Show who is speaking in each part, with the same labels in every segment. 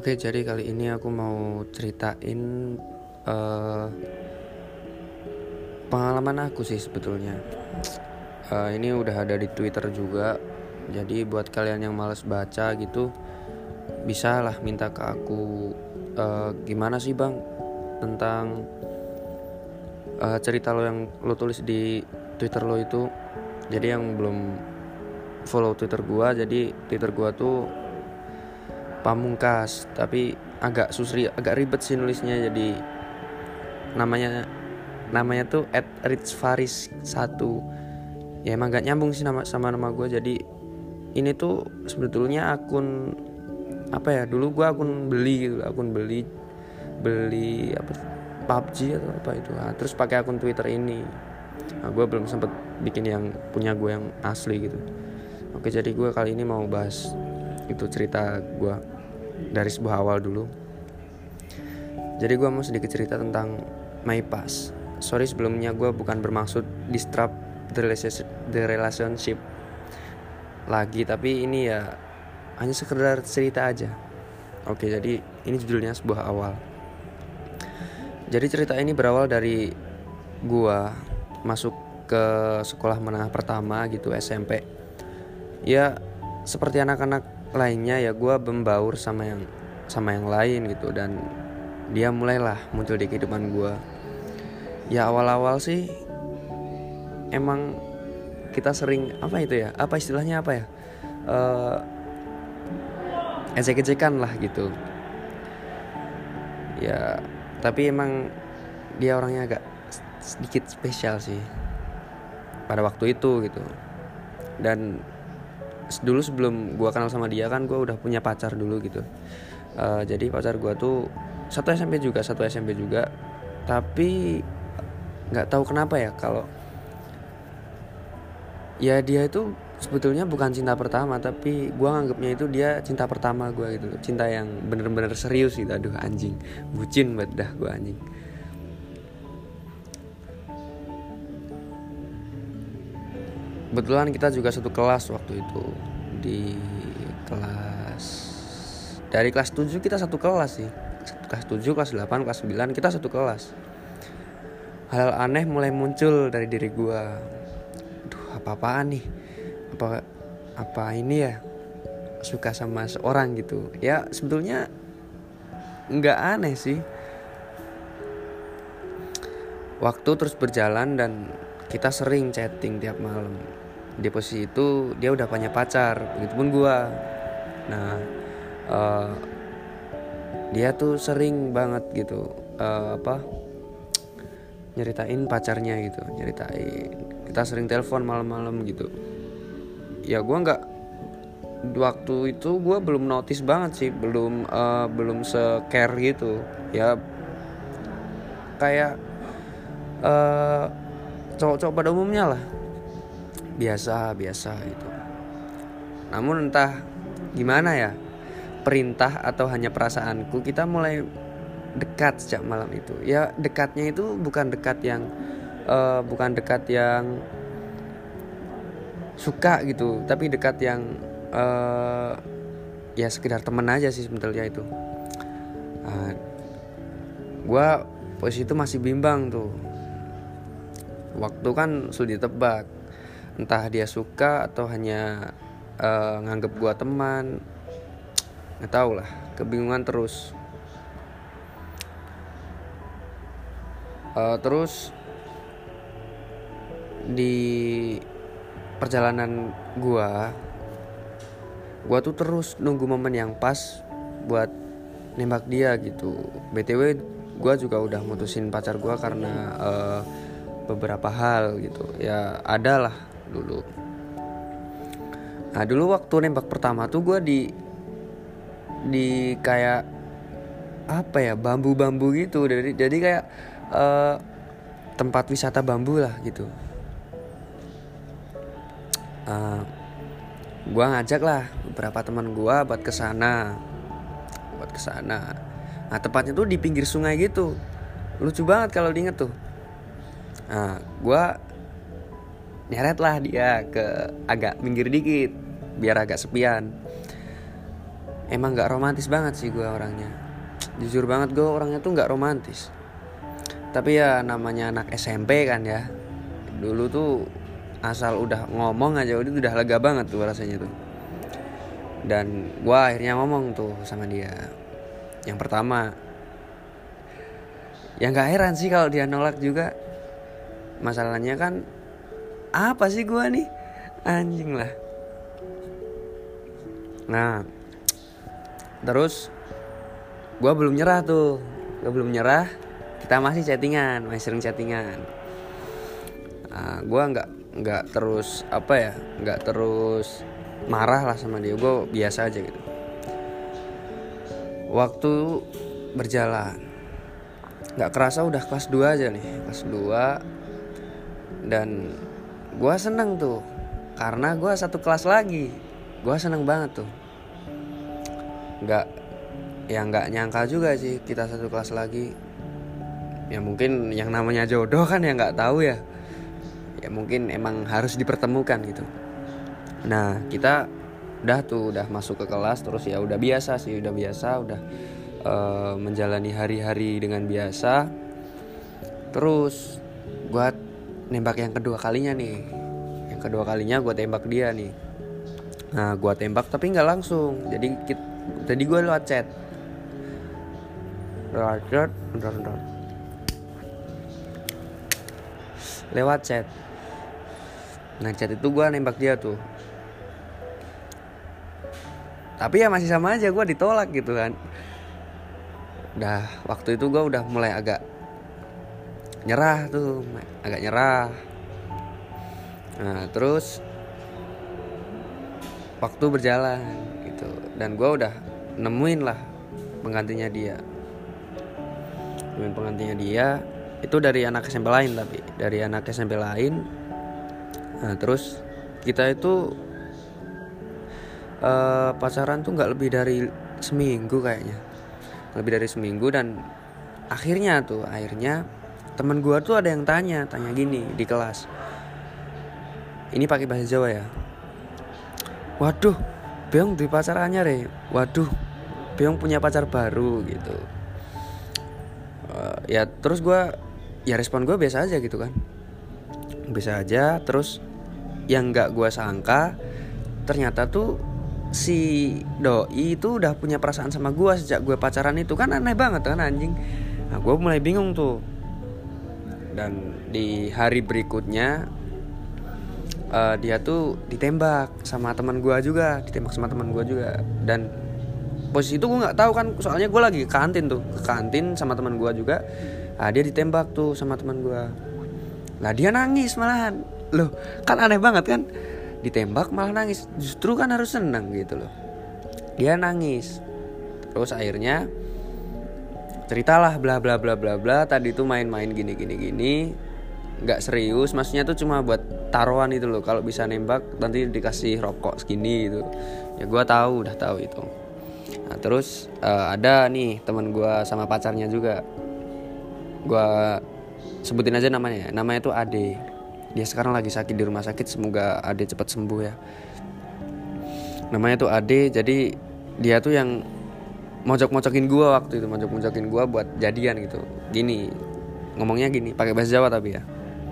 Speaker 1: Oke, jadi kali ini aku mau ceritain pengalaman aku sih sebetulnya. Ini udah ada di Twitter juga. Jadi buat kalian yang males baca gitu, bisa lah minta ke aku, gimana sih bang tentang cerita lo yang lo tulis di Twitter lo itu. Jadi yang belum follow Twitter gua, jadi Twitter gua tuh Pamungkas, tapi agak ribet sih nulisnya. Jadi namanya tuh @richfaris1. Ya emang gak nyambung sih sama nama gue. Jadi ini tuh sebetulnya akun apa ya, dulu gue akun beli apa, PUBG atau apa itu. Terus pakai akun Twitter ini. Gue belum sempet bikin yang punya gue yang asli gitu. Oke, jadi gue kali ini mau bahas itu cerita gue dari sebuah awal dulu. Jadi gue mau sedikit cerita tentang my past. Sorry sebelumnya, gue bukan bermaksud disrupt the relationship lagi, tapi ini ya hanya sekedar cerita aja. Oke, jadi ini judulnya sebuah awal. Jadi cerita ini berawal dari gue masuk ke sekolah menengah pertama gitu, SMP. Ya seperti anak-anak lainnya ya, gue membaur sama yang lain gitu, dan dia mulailah muncul di kehidupan gue. Ya awal-awal sih emang kita sering istilahnya ejek-ejekan lah gitu ya, tapi emang dia orangnya agak sedikit spesial sih pada waktu itu gitu. Dan dulu sebelum gue kenal sama dia kan gue udah punya pacar dulu gitu. Jadi pacar gue tuh satu SMP juga, tapi nggak tahu kenapa ya, kalau ya dia itu sebetulnya bukan cinta pertama, tapi gue nganggapnya itu dia cinta pertama gue gitu, cinta yang bener-bener serius gitu. Aduh anjing, bucin banget dah gue anjing. Kebetulan kita juga satu kelas waktu itu, dari kelas 7 kita satu kelas sih. Kelas 7, kelas 8, kelas 9 kita satu kelas. Hal aneh mulai muncul dari diri gue. Aduh, apa-apaan nih? Apa ini ya? Suka sama seorang gitu. Ya sebetulnya nggak aneh sih. Waktu terus berjalan dan kita sering chatting tiap malam. Di posisi itu dia udah punya pacar, begitupun gue. Nah, dia tuh sering banget gitu nyeritain pacarnya gitu, kita sering telepon malam-malam gitu. Ya gue nggak, waktu itu gue belum notice banget sih, belum se-care gitu ya, kayak cowok-cowok pada umumnya lah, biasa gitu. Namun entah gimana ya, perintah atau hanya perasaanku, kita mulai dekat sejak malam itu. Ya dekatnya itu bukan dekat yang suka gitu, tapi dekat yang ya sekedar temen aja sih sebetulnya itu. Gue posisi itu masih bimbang tuh. Waktu kan sulit ditebak, entah dia suka atau hanya nganggep gue teman. Nggak tahu lah, kebingungan terus. Terus di perjalanan gua tuh terus nunggu momen yang pas buat nembak dia gitu. BTW gua juga udah mutusin pacar gua karena beberapa hal gitu. Ya ada lah dulu. Nah dulu waktu nembak pertama tuh gua di kayak apa ya, bambu gitu. Jadi kayak tempat wisata bambu lah gitu. Gue ngajak lah beberapa teman gue buat kesana. Nah tempatnya tuh di pinggir sungai gitu, lucu banget kalau diinget tuh. Nah gue nyeret lah dia ke agak minggir dikit biar agak sepian. emang nggak romantis banget sih gue orangnya. Jujur banget gue orangnya tuh nggak romantis. Tapi ya namanya anak SMP kan ya. Dulu tuh asal udah ngomong aja udah lega banget tuh rasanya tuh. Dan gue akhirnya ngomong tuh sama dia. Yang pertama, ya nggak heran sih kalau dia nolak juga. Masalahnya kan apa sih gue nih, anjing lah. Nah, terus gue belum nyerah tuh. Kita masih chattingan, masih sering chattingan. Gue nggak terus nggak terus marah lah sama dia. Gue biasa aja gitu. Waktu berjalan, nggak kerasa udah kelas 2 aja nih, kelas 2. Dan gue seneng tuh karena gue satu kelas lagi. Gue seneng banget tuh. Nggak nyangka juga sih kita satu kelas lagi. Ya mungkin yang namanya jodoh kan ya nggak tahu ya. Ya mungkin emang harus dipertemukan gitu. Nah kita udah masuk ke kelas, terus ya udah biasa menjalani hari-hari dengan biasa. Terus gue nembak yang kedua kalinya nih. Yang kedua kalinya gue tembak dia nih. Nah gue tembak tapi nggak langsung. Jadi gue lewat chat. Lewat chat. Nah chat itu gue nembak dia tuh. Tapi ya masih sama aja, gue ditolak gitu kan. Waktu itu gue udah mulai agak nyerah. Nah terus waktu berjalan gitu, dan gue udah nemuin lah penggantinya dia. Itu dari anak SMP lain, Nah terus kita itu pacaran tuh nggak lebih dari seminggu kayaknya, dan akhirnya teman gue tuh ada yang tanya gini di kelas. Ini pakai bahasa Jawa ya. Waduh, Beong di pacarannya re. Waduh, Beong punya pacar baru gitu. Ya terus respon gue biasa aja gitu kan. Biasa aja. Terus yang nggak gue sangka ternyata tuh si doi itu udah punya perasaan sama gue sejak gue pacaran itu. Kan aneh banget kan anjing. Nah gue mulai bingung tuh. Dan di hari berikutnya dia tuh ditembak sama teman gue juga. Dan posisi itu gue nggak tahu kan, soalnya gue lagi ke kantin sama teman gue juga. Nah, dia ditembak tuh sama teman gue. Lah dia nangis malahan. Loh kan aneh banget kan, ditembak malah nangis. Justru kan harus senang gitu loh. Dia nangis. Terus akhirnya ceritalah bla bla bla bla bla. Tadi tuh main-main gini. Nggak serius, maksudnya tuh cuma buat taruhan itu loh. Kalau bisa nembak nanti dikasih rokok segini gitu. Ya gue udah tahu itu. Nah terus ada nih teman gue sama pacarnya juga. Gue sebutin aja namanya tuh Ade. Dia sekarang lagi sakit di rumah sakit, semoga Ade cepat sembuh ya. Namanya tuh Ade. Jadi dia tuh yang mojok-mojokin gue waktu itu, buat jadian gitu. Gini, ngomongnya gini, pakai bahasa Jawa tapi ya.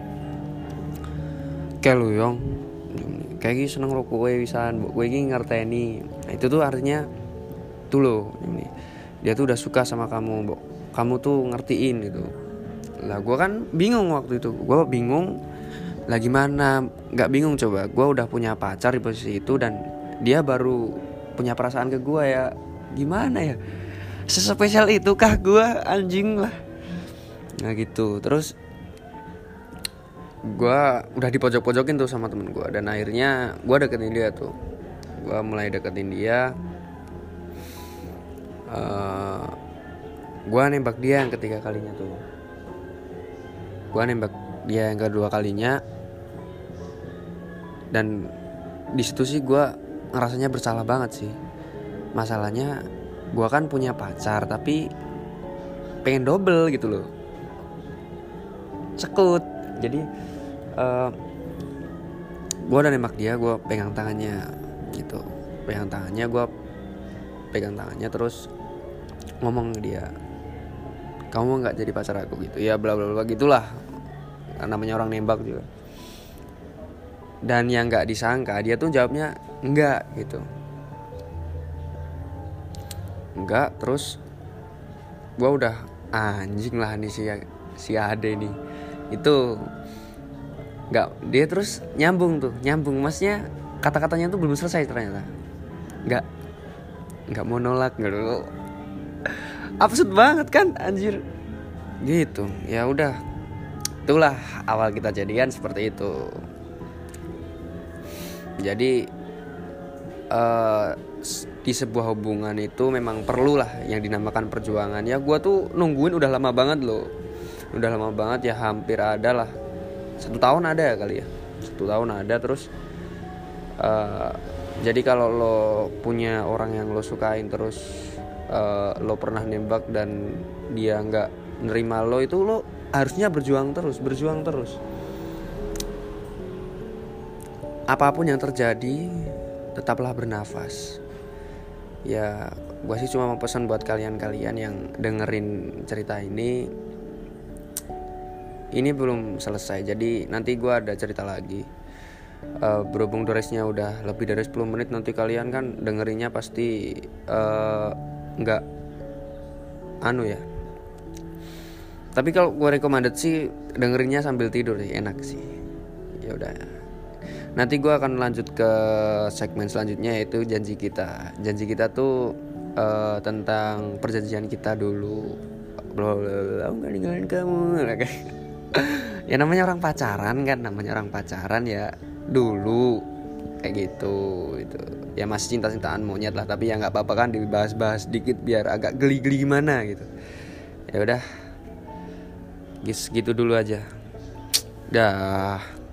Speaker 1: Kayak lu Yong, kayak gini seneng lo kowe wisan, kowe gini ngerteni. Nah itu tuh artinya tuh lo, dia tuh udah suka sama kamu, kamu tuh ngertiin gitu. Lah gue kan bingung waktu itu, lah gimana? Nggak bingung coba, gue udah punya pacar di posisi itu dan dia baru punya perasaan ke gue ya. Gimana ya? Sespesial itukah gue, anjing lah. Nah gitu. Terus gue udah dipojok-pojokin tuh sama temen gue. Dan akhirnya gue deketin dia tuh. Gue mulai deketin dia. Gue nembak dia yang ketiga kalinya tuh. Gue nembak dia yang kedua kalinya. Dan di situ sih gue ngerasanya bersalah banget sih. Masalahnya gue kan punya pacar tapi pengen double gitu loh, sekut. Jadi gue udah nembak dia, gue pegang tangannya gitu, gue pegang tangannya terus ngomong ke dia, kamu mau nggak jadi pacar aku gitu ya, bla bla bla gitulah, namanya orang nembak juga. Dan yang nggak disangka dia tuh jawabnya enggak gitu, enggak. Terus gue udah anjing lah nih si Ade nih itu enggak, dia terus nyambung maksudnya kata-katanya tuh belum selesai ternyata, enggak mau nolak, enggak dulu, absurd banget kan anjir gitu. Ya udah, itulah awal kita jadian seperti itu. Jadi di sebuah hubungan itu memang perlu lah yang dinamakan perjuangan. Ya gue tuh nungguin udah lama banget loh, udah lama banget ya, hampir ada lah 1 tahun ada kali ya, 1 tahun ada. Terus jadi kalau lo punya orang yang lo sukain terus lo pernah nembak dan dia nggak nerima lo, itu lo harusnya berjuang terus. Apapun yang terjadi, tetaplah bernafas. Ya, gue sih cuma mau pesan buat kalian-kalian yang dengerin cerita ini belum selesai. Jadi nanti gue ada cerita lagi. Berhubung durasinya udah lebih dari 10 menit, nanti kalian kan dengerinnya pasti nggak ya. Tapi kalau gue recommended sih dengerinnya sambil tidur sih, enak sih. Ya udah. Nanti gue akan lanjut ke segmen selanjutnya, yaitu janji kita. Janji kita tuh tentang perjanjian kita dulu. Aku gak ninggalin kamu. Ya namanya orang pacaran ya dulu kayak gitu. Ya masih cinta-cintaan monyet lah, tapi ya nggak apa-apa kan dibahas-bahas dikit biar agak geli-geli gimana gitu. Ya udah, gitu dulu aja. Dah.